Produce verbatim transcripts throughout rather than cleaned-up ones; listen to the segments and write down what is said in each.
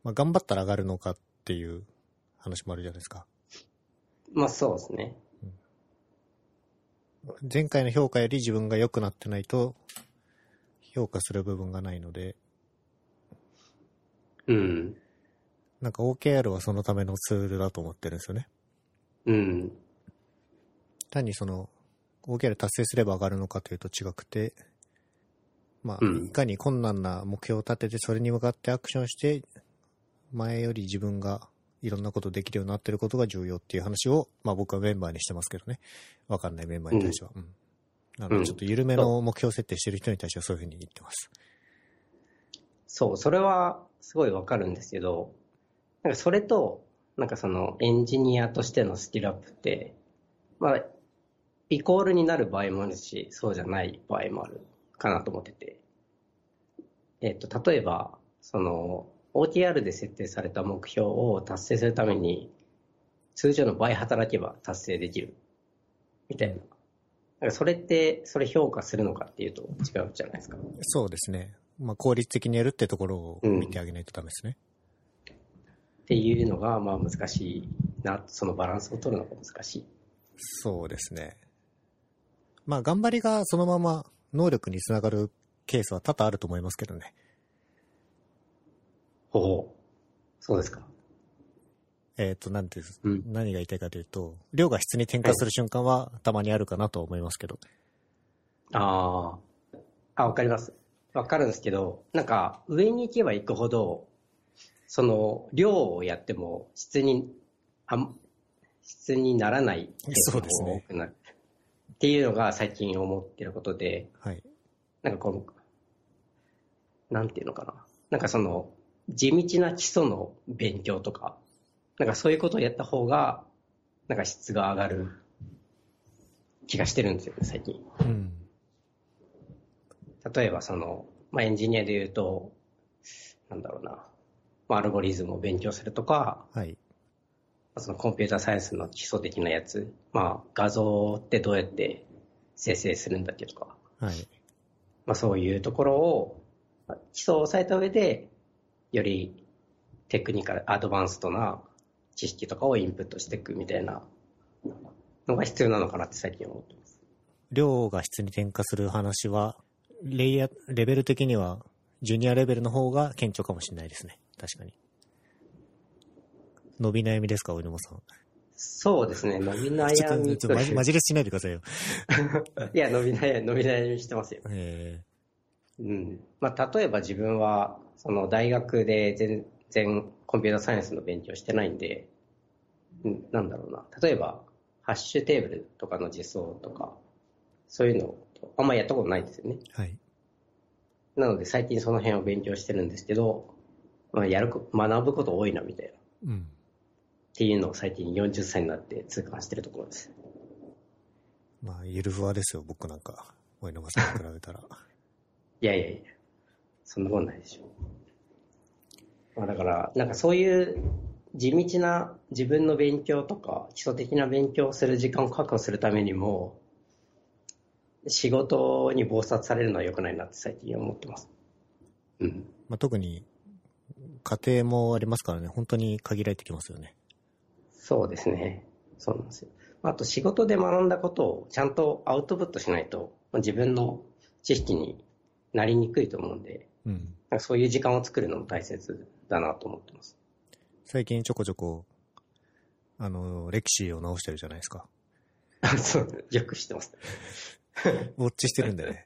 まあ、頑張ったら上がるのかっていう話もあるじゃないですか。 まあそうですね。 うん、前回の評価より自分が良くなってないと評価する部分がないので、 うん。 なんか オーケーアール はそのためのツールだと思ってるんですよね。 うん。 単にその オーケーアール 達成すれば上がるのかというと違くて、まあ、うん、いかに困難な目標を立ててそれに向かってアクションして前より自分がいろんなことできるようになってることが重要っていう話を、まあ僕はメンバーにしてますけどね。わかんないメンバーに対しては。うん。なのでちょっと緩めの目標設定してる人に対してはそういうふうに言ってます。 そう、それはすごいわかるんですけど、なんかそれと、なんかそのエンジニアとしてのスキルアップって、まあ、イコールになる場合もあるし、そうじゃない場合もあるかなと思ってて。えっと、例えば、その、オーケーアール で設定された目標を達成するために、通常の倍働けば達成できる。みたいな。なんかそれって、それ評価するのかっていうと違うじゃないですか。 そうですね。まあ効率的にやるってところを見てあげないとダメですね。 うん、っていうのが、まあ難しいな、そのバランスを取るのが難しい。 そうですね。まあ頑張りがそのまま能力につながるケースは多々あると思いますけどね。 ほう。そうですか。 えっと、なんていう、うん、何が言いたいかというと、量が質に転化する瞬間はたまにあるかなと思いますけど。 ああ。あ、わかります。わかるんですけど、なんか上に行けば行くほど、その量をやっても質に、あ質にならないケースが多くなる。っていうのが最近思ってることで、 はい。 なんかこう、なんていうのかな。なんかその、地道な基礎の勉強とか、なんかそういうことをやった方が、なんか質が上がる気がしてるんですよね、最近。うん、例えばその、まあ、エンジニアで言うと、なんだろうな、まあ、アルゴリズムを勉強するとか、 はい、 そのコンピューターサイエンスの基礎的なやつ、まあ、画像ってどうやって生成するんだっけとか、 はい、 まあ、そういうところを、基礎を押さえた上で、よりテクニカル、アドバンストな知識とかをインプットしていくみたいなのが必要なのかなって最近思ってます。 量が質に転化する話は、レイヤー、レベル的には、ジュニアレベルの方が顕著かもしれないですね。確かに。伸び悩みですか、お犬もさん。 そうですね、伸び悩み。 ちょっと、ちょっとマジ、マジレスしないでくださいよ。 いや、伸び悩み、伸び悩みしてますよ。 へーうん。まあ、例えば自分は、その大学で全然コンピューターサイエンスの勉強してないんで、なんだろうな。例えば、ハッシュテーブルとかの実装とか、そういうのあんまりやったことないんですよね。 はい。 なので最近その辺を勉強してるんですけど、まあ、やる学ぶこと多いなみたいな、うん、っていうのを最近よんじゅっさいになって痛感してるところです。 まあゆるふわですよ、僕なんかお稲葉さんに比べたらいやいやいや、そんなことないでしょ。まあ、だからなんかそういう地道な自分の勉強とか基礎的な勉強をする時間を確保するためにも、仕事に忙殺されるのは良くないなって最近思ってます。 うん。まあ、特に家庭もありますからね、本当に限られてきますよね。 そうですね。そうなんですよ。あと仕事で学んだことをちゃんとアウトプットしないと自分の知識になりにくいと思うんで、うん、なんかそういう時間を作るのも大切だなと思ってます。 最近ちょこちょこあのレクシーを直してるじゃないですか。 そう、よく知ってます。 ウォッチしてるんでね。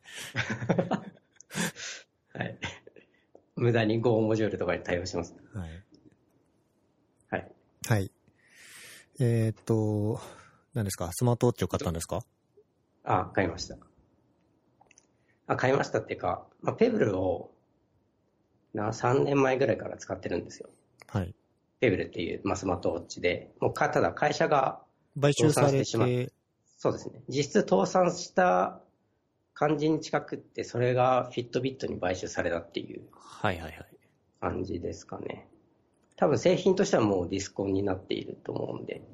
はい。無駄に Go モジュールとかに対応します。 はい。 はい。 はい。えー、っと、何ですか、スマートウォッチを買ったんですか？ あ、買いました。あ、買いましたっていうか、まあ、ペブルをなさんねんまえぐらいから使ってるんですよ。 はい。 ペブルっていう、まあ、スマートウォッチで、もうかただ会社が買収されて、 そうですね。実質倒産した感じに近くって、それがフィットビットに買収されたっていう感じですかね。はいはいはい、多分製品としてはもうディスコンになっていると思うんで。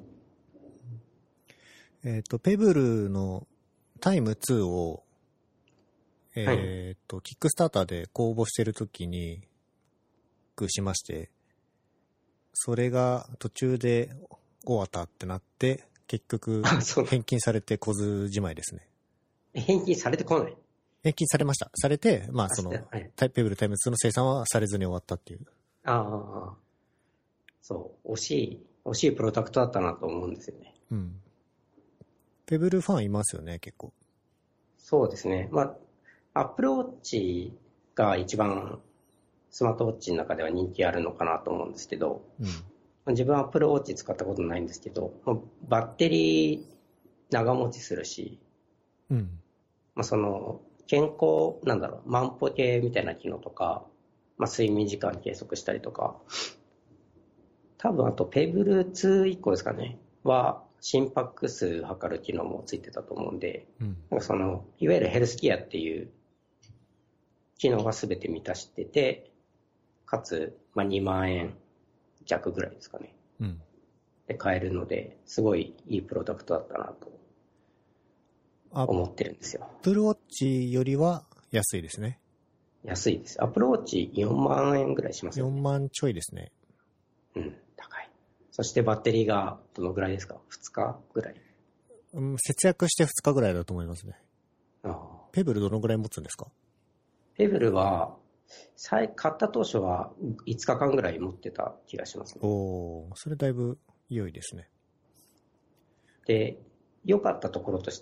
えっ、ー、と、ペブルのタイムツーを、えっ、ー、と、はい、キックスターターで公募してるときに、しまして、 それが途中で終わったってなって、結局返金されて小津じまいですね。 返金されてこない？ 返金されました。されて、まあその、はい、ペブルタイムツーの生産はされずに終わったっていう。 ああ、そう、惜しい、惜しいプロダクトだったなと思うんですよね。 うん。ペブルファンいますよね、結構。 そうですね。まあ、アップルウォッチが一番スマートウォッチの中では人気あるのかなと思うんですけど、うん、自分はアップルウォッチ使ったことないんですけど、バッテリー長持ちするし、うん、まあ、その健康、なんだろう、万歩計みたいな機能とか、まあ、睡眠時間計測したりとか、多分あとペブルツーいっこですかね、は心拍数測る機能もついてたと思うんで、うん、なんかそのいわゆるヘルスケアっていう機能が全て満たしてて、かつ、まあ、にまんえん弱ぐらいですかね、うん、で買えるので、すごいいいプロダクトだったなと思ってるんですよ。 アップルウォッチよりは安いですね。 安いです。アップルウォッチよんまんえんぐらいしますよね。 よんまんちょいですね。 うん、高い。そしてバッテリーがどのぐらいですか？ふつかぐらい。 うん、節約してふつかぐらいだと思いますね。ああ。ペブルどのぐらい持つんですか？ ペブルは、買った当初はいつかかんぐらい持ってた気がしますね。 おー、それだいぶ良いですね。 で、良かったところとして、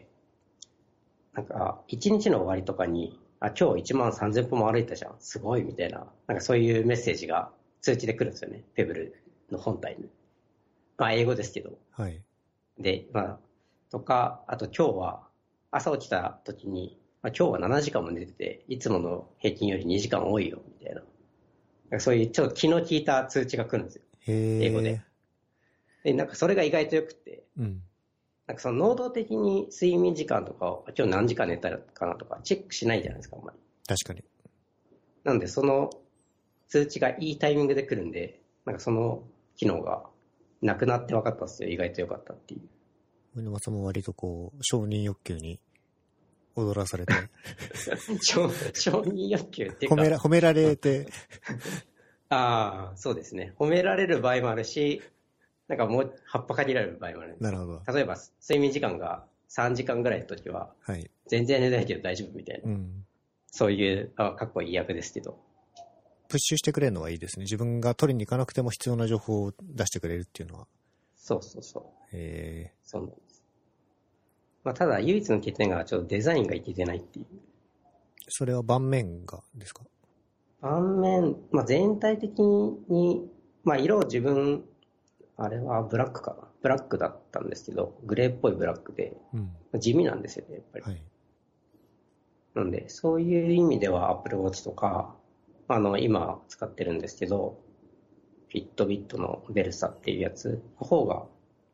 なんか、いちにちの終わりとかに、あ、今日いちまんさんぜんぽも歩いたじゃん、すごいみたいな、なんかそういうメッセージが通知で来るんですよね、ペブルの本体に。まあ、英語ですけど。はい。で、まあ、とか、あと今日は、朝起きた時に、まあ、今日はななじかんも寝てて、いつもの平均よりにじかん多いよ、みたいな。なんかそういうちょっと気の利いた通知が来るんですよ。へ英語で。で、なんかそれが意外と良くて、うん、なんかその能動的に睡眠時間とかを、今日何時間寝たかなとかチェックしないじゃないですか、あんまり。 確かに。 なんでその通知がいいタイミングで来るんで、なんかその機能がなくなって分かったんですよ。意外と良かったっていう。 上沼さんも割とこう、承認欲求に踊らされて。 承認欲求っていうか。 褒めら、褒められて。 ああ、そうですね。褒められる場合もあるし、なんかもう、葉っぱかけられる場合もあるんです。 なるほど。 例えば、睡眠時間がさんじかんぐらいの時は、はい、全然寝ないけど大丈夫みたいな。うん、そういう、あ、かっこいい役ですけど。 プッシュしてくれるのはいいですね。自分が取りに行かなくても必要な情報を出してくれるっていうのは。 そうそうそう。 へえ。 そうなんです。まあ、ただ、唯一の欠点がちょっとデザインがいけてないっていう。 それは盤面がですか？ 盤面、まあ、全体的に、まあ、色を自分、あれはブラックかな。ブラックだったんですけど、グレーっぽいブラックで、うん、地味なんですよね、やっぱり。はい、なんで、そういう意味では Apple Watch とか、あの、今使ってるんですけど、フィットビットのベルサっていうやつの方が、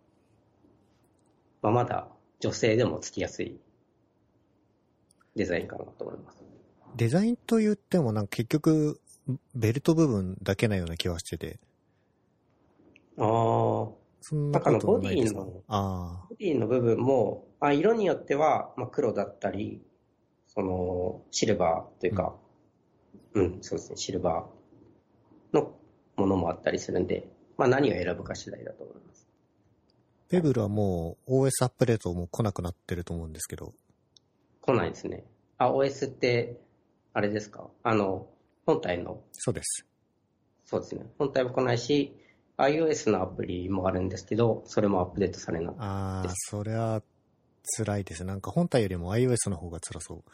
まあ、まだ女性でもつきやすいデザインかなと思います。 デザインと言ってもなんか結局ベルト部分だけなような気はしてて。 ああ。そんなことないですか？ボディの、あボディの部分も、あ、色によっては、まあ、黒だったり、その、シルバーというか、うん、うん、そうですね、シルバーのものもあったりするんで、まあ何を選ぶか次第だと思います。 ペブルはもう オーエス アップデートも来なくなってると思うんですけど。 来ないですね。あ、オーエス って、あれですか？あの、本体の。 そうです。 そうですね。本体も来ないし、iOS のアプリもあるんですけど、それもアップデートされない。 ああ、それは辛いです。なんか本体よりも iOS の方が辛そう。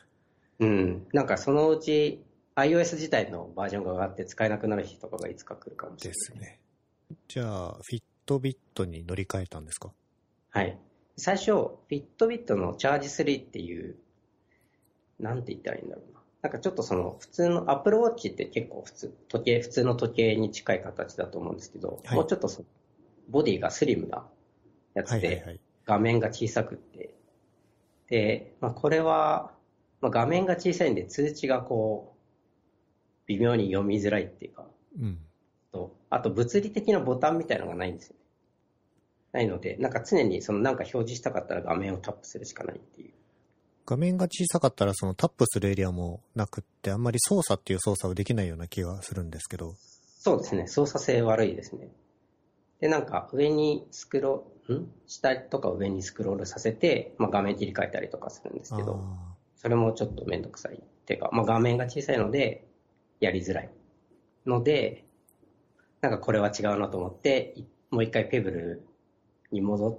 うん。なんかそのうち iOS 自体のバージョンが上がって使えなくなる日とかがいつか来るかもしれない。 ですね。じゃあ、フィットビットに乗り換えたんですか？ はい。最初、フィットビットのチャージスリーっていう、なんて言ったらいいんだろうな。なんかちょっとその普通の Apple Watch って結構普通、時計、普通の時計に近い形だと思うんですけど、はい、もうちょっとそのボディがスリムなやつで、はいはいはい、画面が小さくって、で、まあ、これは、まあ、画面が小さいんで通知がこう、微妙に読みづらいっていうか、うん、とあと物理的なボタンみたいなのがないんですよね。ないので、なんか常にそのなんか表示したかったら画面をタップするしかないっていう。 画面が小さかったらそのタップするエリアもなくって、あんまり操作っていう操作をできないような気がするんですけど。 そうですね。操作性悪いですね。で、なんか上にスクロール、ん下とか上にスクロールさせて、まあ、画面切り替えたりとかするんですけど、それもちょっとめんどくさい。っていうか、まあ、画面が小さいので、やりづらい。ので、なんかこれは違うなと思って、もう一回ペブルに戻って、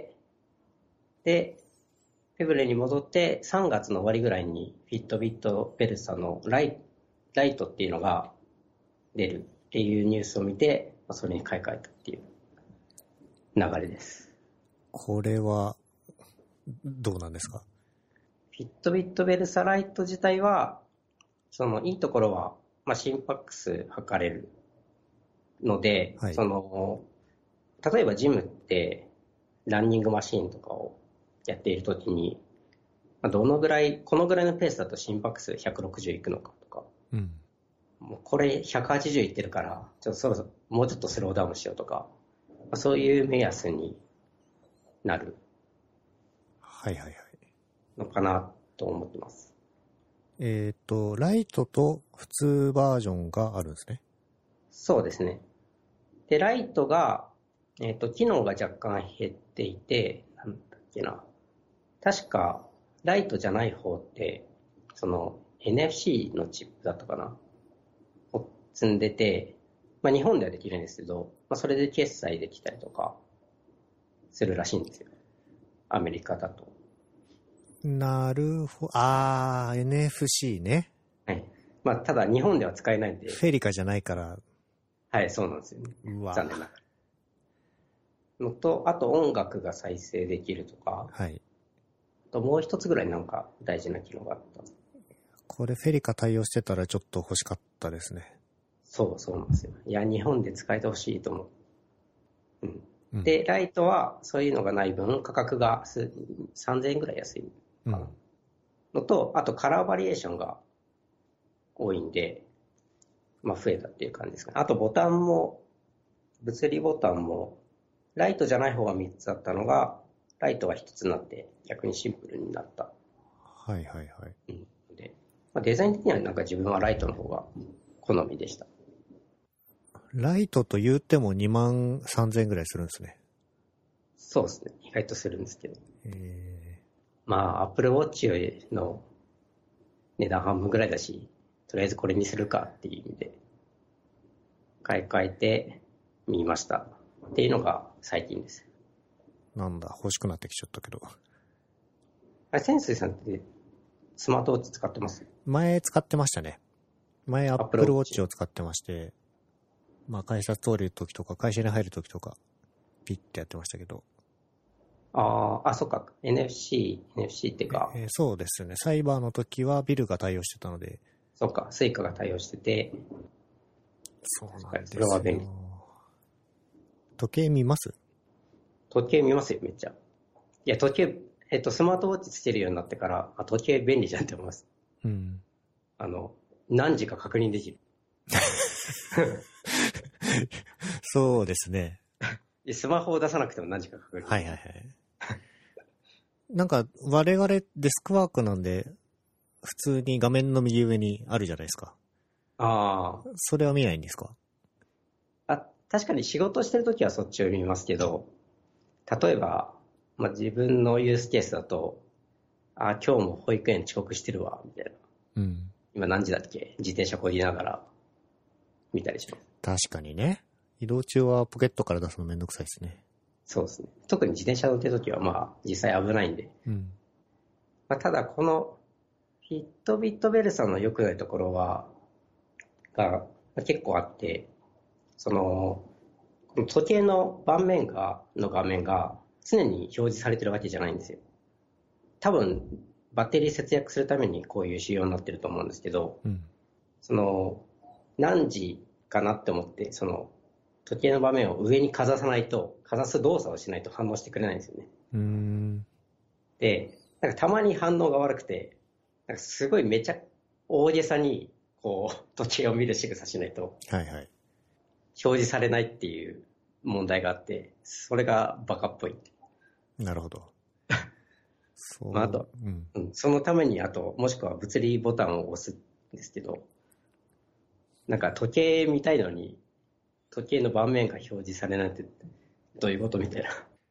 で、ペブルに戻って、さんがつの終わりぐらいに、フィットビットベルサのライ、ライトっていうのが出るっていうニュースを見て、それに買い替えたっていう流れです。 これは、どうなんですか？ フィットビットベルサライト自体は、そのいいところは、まあ、心拍数測れるので、はい、その、例えばジムってランニングマシーンとかをやっているときに、どのぐらい、このぐらいのペースだと心拍数ひゃくろくじゅういくのかとか、うん、もうこれひゃくはちじゅういってるから、ちょっとそろそろもうちょっとスローダウンしようとか、そういう目安になる。 はいはいはい。 のかなと思ってます。 えっと、ライトと普通バージョンがあるんですね。 そうですね。で、ライトが、えっと、機能が若干減っていて、なんだっけな。確か、ライトじゃない方って、その エヌエフシー のチップだったかなを積んでて、まあ日本ではできるんですけど、まあそれで決済できたりとかするらしいんですよ。アメリカだと。 なるほど。あー、エヌエフシー ね。 はい。まあただ日本では使えないんで。 フェリカじゃないから。 はい、そうなんですよね。 うわ。 残念ながら。のと、あと音楽が再生できるとか。 はい。 あともう一つぐらいなんか大事な機能があった。 これフェリカ対応してたらちょっと欲しかったですね。 そう、そうなんですよ。いや、日本で使えてほしいと思う。うん。で、ライトはそういうのがない分、価格がさんぜんえんぐらい安いかな、うん、のと、あとカラーバリエーションが多いんで、まあ増えたっていう感じですかね。あとボタンも、物理ボタンも、ライトじゃない方がみっつあったのが、ライトがひとつになって逆にシンプルになった。 はいはいはい。 うん、で、まあ、デザイン的にはなんか自分はライトの方が好みでした。 ライトと言ってもにまんさんぜんえんぐらいするんですね。 そうですね。意外とするんですけど。 えー、 まあ、Apple Watch よりの値段半分ぐらいだし、とりあえずこれにするかっていう意味で、買い替えてみました。っていうのが最近です。 なんだ、欲しくなってきちゃったけど。 あれ、潜水さんってスマートウォッチ使ってます？ 前使ってましたね。前 Apple Watch を使ってまして、まあ会社通るときとか会社に入るときとかピッてやってましたけど。 ああ、あ、そっか。エヌエフシー、エヌエフシー っていうか、 えー。そうですね。サイバーの時はビルが対応してたので。 そっか、スイカが対応してて。 そうなんですよ。 それは便利。 時計見ます？ 時計見ますよ、めっちゃ。いや、時計、えっと、スマートウォッチつけるようになってから、あ、時計便利じゃんって思います。 うん。 あの、何時か確認できる。 そうですね。 スマホを出さなくても何時か確認できる。 はいはいはい。なんか、我々デスクワークなんで、普通に画面の右上にあるじゃないですか。 ああ。 それは見ないんですか？ あ、確かに仕事してるときはそっちを見ますけど、例えば、まあ、自分のユースケースだと、あ、今日も保育園遅刻してるわ、みたいな。 うん。 今何時だっけ？自転車こぎながら見たりします。 確かにね。移動中はポケットから出すのめんどくさいですね。 そうですね。特に自転車乗ってるときはまあ実際危ないんで。 うん。 まあ、ただこのフィットビットベルサの良くないところは、が結構あって、その、時計の盤面が、の画面が常に表示されてるわけじゃないんですよ。多分、バッテリー節約するためにこういう仕様になってると思うんですけど、うん、その、何時かなって思って、その、時計の場面を上にかざさないと、かざす動作をしないと反応してくれないんですよね。 うーん。 で、なんかたまに反応が悪くて、なんかすごいめちゃ大げさに、こう、時計を見る仕草しないと、 はいはい。 表示されないっていう問題があって、それがバカっぽい。 なるほど。 そう。まあ、あと、うんうん、そのために、あと、もしくは物理ボタンを押すんですけど、なんか時計見たいのに、 時計の盤面が表示されないってどういうことみたいな。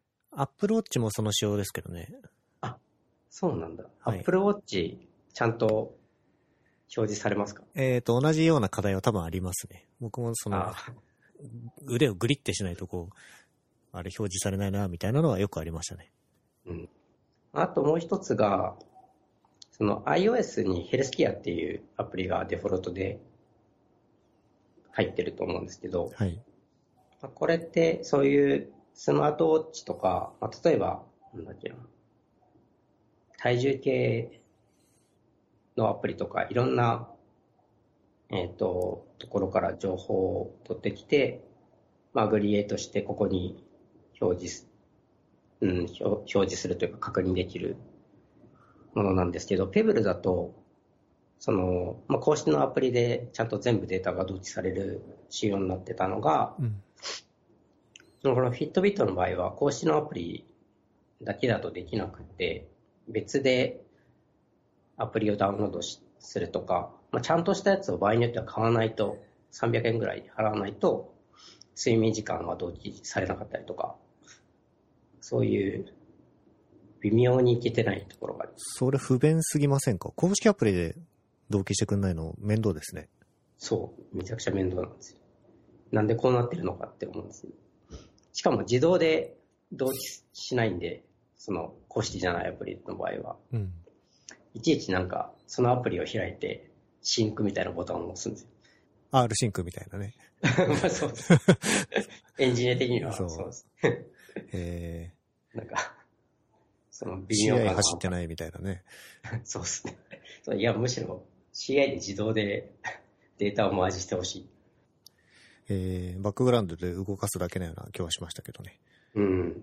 Apple Watch もその仕様ですけどね。 あ、そうなんだ。 はい、 Apple Watch ちゃんと表示されますか？ えっと、同じような課題は多分ありますね。僕もその、腕をグリッてしないとこう、あれ表示されないな、みたいなのはよくありましたね。 うん。あともう一つが、その iOS にヘルスケアっていうアプリがデフォルトで入ってると思うんですけど、 はい。 これってそういうスマートウォッチとか、まあ、例えば、なんだっけな、体重計のアプリとか、いろんな、えっと、ところから情報を取ってきて、まあ、アグリエイトしてここに表示、うん、表、表示するというか確認できるものなんですけど、ペブルだと、その、まあ、公式のアプリでちゃんと全部データが同期される仕様になってたのが、うん、このフィットビットの場合は公式のアプリだけだとできなくて、別でアプリをダウンロードするとか、まあ、ちゃんとしたやつを場合によっては買わないと、さんびゃくえんぐらい払わないと、睡眠時間は同期されなかったりとか、そういう微妙にいけてないところがあります。 それ不便すぎませんか？公式アプリで同期してくんないの面倒ですね。 そう、めちゃくちゃ面倒なんですよ。なんでこうなってるのかって思うんですよ。しかも自動で同期しないんで、その公式じゃないアプリの場合は、うん、いちいちなんかそのアプリを開いてシンクみたいなボタンを押すんですよ。 R シンクみたいなね。 まあそうです。エンジニア的にはそうです。 へーなんかその微妙なシーアイ 走ってないみたいなね。 そうですね。いやむしろ シーアイ で自動でデータをマージしてほしい。 えー、バックグラウンドで動かすだけのような気はしましたけどね。 うん。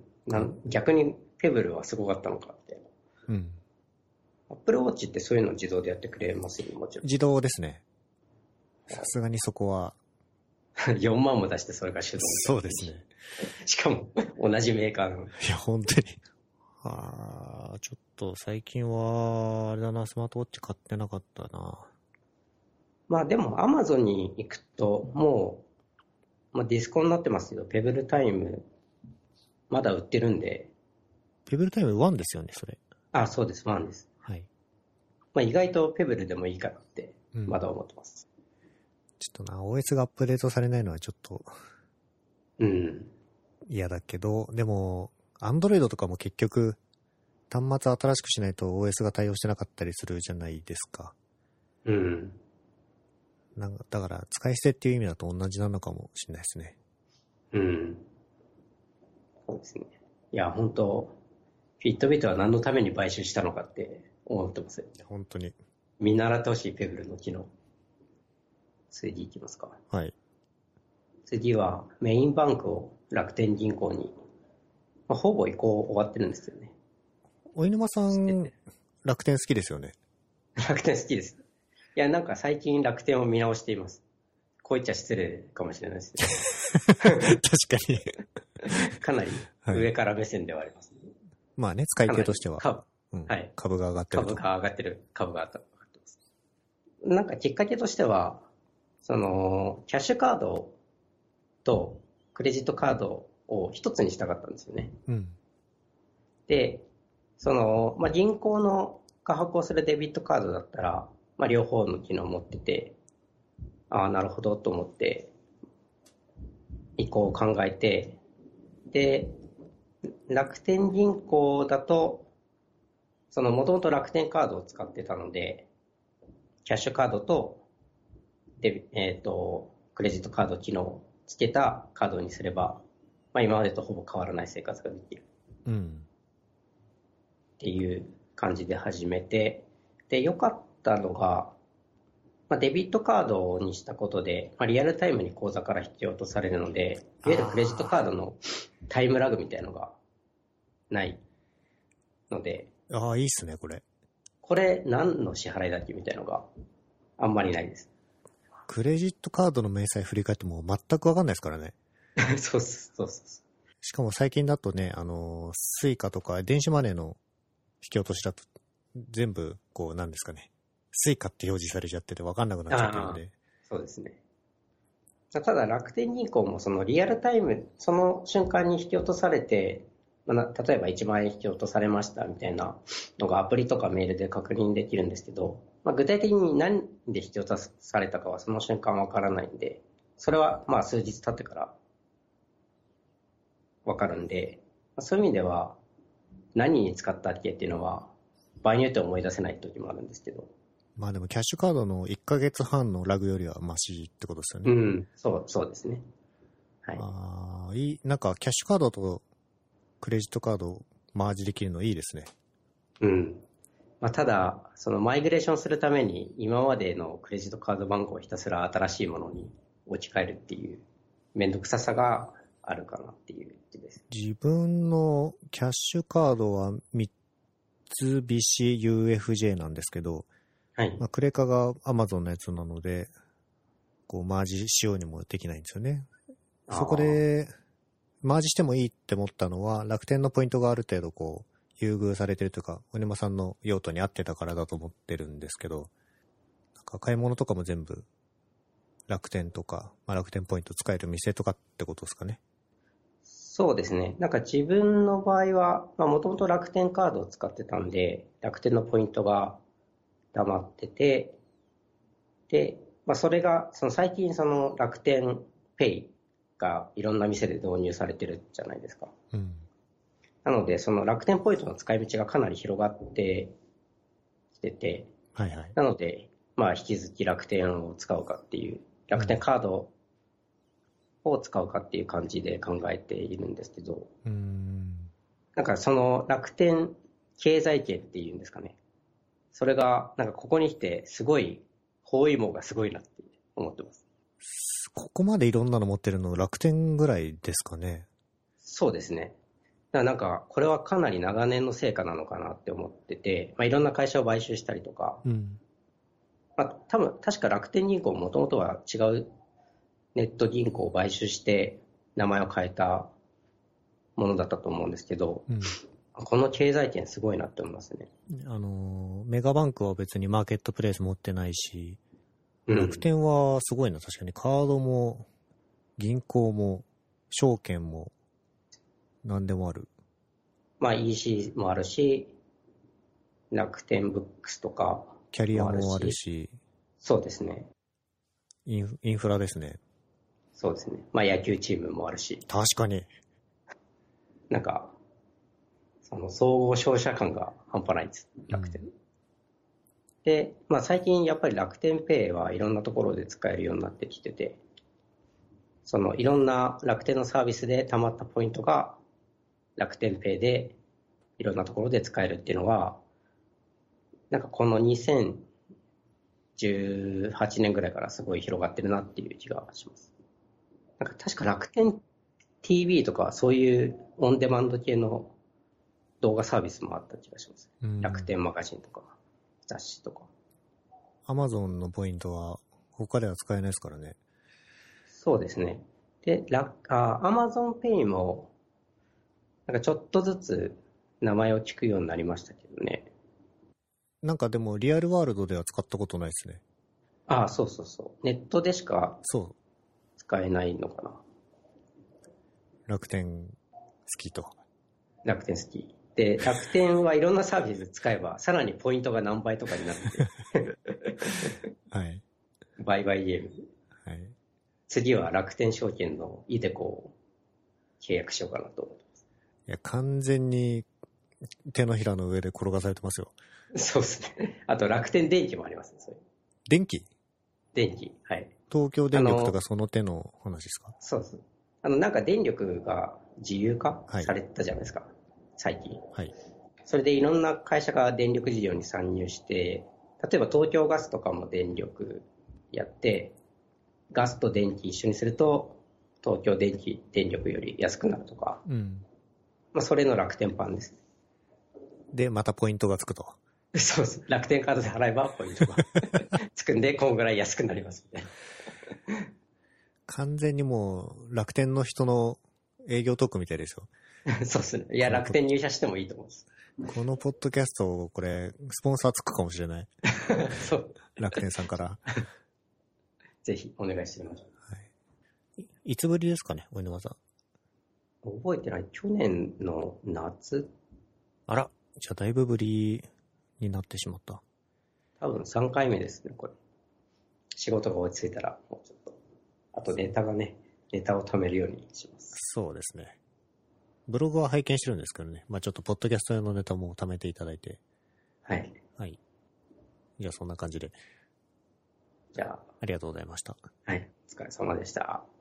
なん逆にペブルはすごかったのかって。 うん。 Apple Watch ってそういうの自動でやってくれますよね、もちろん。 自動ですね。さすがにそこは。 よんまんも出してそれが手動。 そうですね。 しかも同じメーカーの。 いや、本当に。ああ、ちょっと最近は、あれだな、スマートウォッチ買ってなかったな。 まあでも Amazon に行くと、もう、まあ、ディスコになってますけど、ペブルタイム、まだ売ってるんで。 ペブルタイムワンですよね、それ。 あ、そうです、ワンです。 はい。 まあ意外とペブルでもいいかなって、まだ思ってます。 うん、ちょっとな、オーエス がアップデートされないのはちょっと、 うん。 嫌だけど、でも、Android とかも結局、端末新しくしないと オーエス が対応してなかったりするじゃないですか。 うん。 なんかだから使い捨てっていう意味だと同じなのかもしれないですね。 うん。そうですね。いや、本当フィットビットは何のために買収したのかって思ってますよ。 本当に。 見習ってほしいペブルの機能。次いきますか。 はい。 次はメインバンクを楽天銀行に、まあ、ほぼ移行終わってるんですよね。 お犬間さん、楽天好きですよね。 楽天好きです。いや、なんか最近楽天を見直しています。こう言っちゃ失礼かもしれないですけど。確かに。 かなり上から目線ではあります、ね。はい、 まあね、使い手としては。 株、 うん、 はい。 株が上がってると。 株が上がってる。株が上がってます。なんかきっかけとしては、その、キャッシュカードとクレジットカードを一つにしたかったんですよね。 うん、 で、その、まあ、銀行のが発行するデビットカードだったら、まあ、両方の機能を持ってて、ああ、なるほどと思って、移行を考えて、で、楽天銀行だと、その、もともと楽天カードを使ってたので、キャッシュカードと、で、えっと、クレジットカード機能をつけたカードにすれば、まあ、今までとほぼ変わらない生活ができる。 うん。 っていう感じで始めて、で、良かったのが、まあ、デビットカードにしたことで、まあ、リアルタイムに口座から引き落とされるので、いわゆるクレジットカードのタイムラグみたいなのがないので。 ああ、いいっすね、これ。 これ何の支払いだっけみたいなのがあんまりないです。 クレジットカードの明細振り返っても全くわかんないですからね。 そうっす、そうっす。 しかも最近だとね、あの、スイカとか電子マネーの引き落としだと全部、こう、なんですかね。スイカって表示されちゃってて分かんなくなっちゃってるんで。 そうですね。 ただ楽天銀行もそのリアルタイム、その瞬間に引き落とされて、まあ、例えばいちまん円引き落とされましたみたいなのがアプリとかメールで確認できるんですけど、まあ、具体的に何で引き落とされたかはその瞬間わからないんで、それはまあ数日経ってからわかるんで、そういう意味では何に使ったっけっていうのは場合によっては思い出せない時もあるんですけど。 まあでもキャッシュカードのいっかげつはんのラグよりはマシってことですよね。 うん、そう、そうですね。はい。 ああ、いい、なんかキャッシュカードとクレジットカードをマージできるのいいですね。 うん。まあ、ただ、そのマイグレーションするために今までのクレジットカード番号をひたすら新しいものに置き換えるっていうめんどくささがあるかなっていう気です。 自分のキャッシュカードは三菱 ユーエフジェー なんですけど、 はい。 まあ、クレカが Amazon のやつなので、こうマージしようにもできないんですよね。そこで、マージしてもいいって思ったのは、楽天のポイントがある程度こう、優遇されてるというか、小沼さんの用途に合ってたからだと思ってるんですけど、なんか買い物とかも全部、楽天とか、まあ、楽天ポイント使える店とかってことですかね。 そうですね。なんか自分の場合は、まあもともと楽天カードを使ってたんで、楽天のポイントが溜まってて、で、まあそれが、その最近その楽天ペイがいろんな店で導入されてるじゃないですか。 うん。 なので、その楽天ポイントの使い道がかなり広がってきてて、 はいはい。 なので、まあ引き続き楽天を使うかっていう、楽天カードを使うかっていう感じで考えているんですけど、 うーん。 なんかその楽天経済圏っていうんですかね。それが、なんかここに来てすごい、包囲網がすごいなって思ってます。 ここまでいろんなの持ってるの楽天ぐらいですかね。 そうですね。だからなんか、これはかなり長年の成果なのかなって思ってて、まあ、いろんな会社を買収したりとか、 うん。 まあ、多分、確か楽天銀行もともとは違うネット銀行を買収して名前を変えたものだったと思うんですけど、 うん、 この経済圏すごいなって思いますね。 あの、メガバンクは別にマーケットプレイス持ってないし、 うん、 楽天はすごいな、確かにカードも銀行も証券も何でもある。 まあ イーシー もあるし、楽天ブックスとかキャリアもあるし、 そうですね。 インフ、インフラですね。 そうですね。まあ野球チームもあるし。 確かに。 なんか、その総合商社感が半端ないんです、楽天。うん、で、まあ最近やっぱり楽天ペイはいろんなところで使えるようになってきてて、そのいろんな楽天のサービスで貯まったポイントが楽天ペイでいろんなところで使えるっていうのは、なんかこのにせんじゅうはちねんぐらいからすごい広がってるなっていう気がします。なんか確か楽天 ティーブイ とかそういうオンデマンド系の動画サービスもあった気がします。楽天マガジンとか雑誌とか。 Amazon のポイントは他では使えないですからね。 そうですね。で、あ Amazon Pay もなんかちょっとずつ名前を聞くようになりましたけどね。 なんかでもリアルワールドでは使ったことないですね。 ああ、そうそうそう。ネットでしか使えないのかな。 楽天好きと。 楽天好き。で、楽天はいろんなサービス使えば、さらにポイントが何倍とかになってて。 はい。 売買ゲーム。 はい。 次は楽天証券のイデコを契約しようかなと思ってます。 いや、完全に手のひらの上で転がされてますよ。 そうですね。あと楽天電気もありますね、それ。 電気？ 電気、はい。 東京電力とかその手の話ですか？ そうです。あの、なんか電力が自由化されたじゃないですか、はい、最近。 はい。 それでいろんな会社が電力事業に参入して、例えば東京ガスとかも電力やって、ガスと電気一緒にすると、東京電気、電力より安くなるとか、うん、まあそれの楽天版です。 で、またポイントがつくと。 そうです。楽天カードで払えばポイントがつくんで、こんぐらい安くなりますみたいな。 完全にもう楽天の人の営業トークみたいですよ。 そうですね。いや、楽天入社してもいいと思うんです。 このポッドキャスト、これ、スポンサーつくかもしれない。 そう。 楽天さんから。 ぜひ、お願いしてみましょう。 はい。 いつぶりですかね、お犬技。 覚えてない。去年の夏。 あら、じゃあだいぶぶりになってしまった。 多分さんかいめですね、これ。仕事が落ち着いたら、もうちょっと。あとネタがね、ネタを貯めるようにします。 そうですね。ブログは拝見してるんですけどね。まあちょっとポッドキャスト用のネタも貯めていただいて。 はい。 はい。じゃあそんな感じで。 じゃあ。 ありがとうございました。 はい。お疲れ様でした。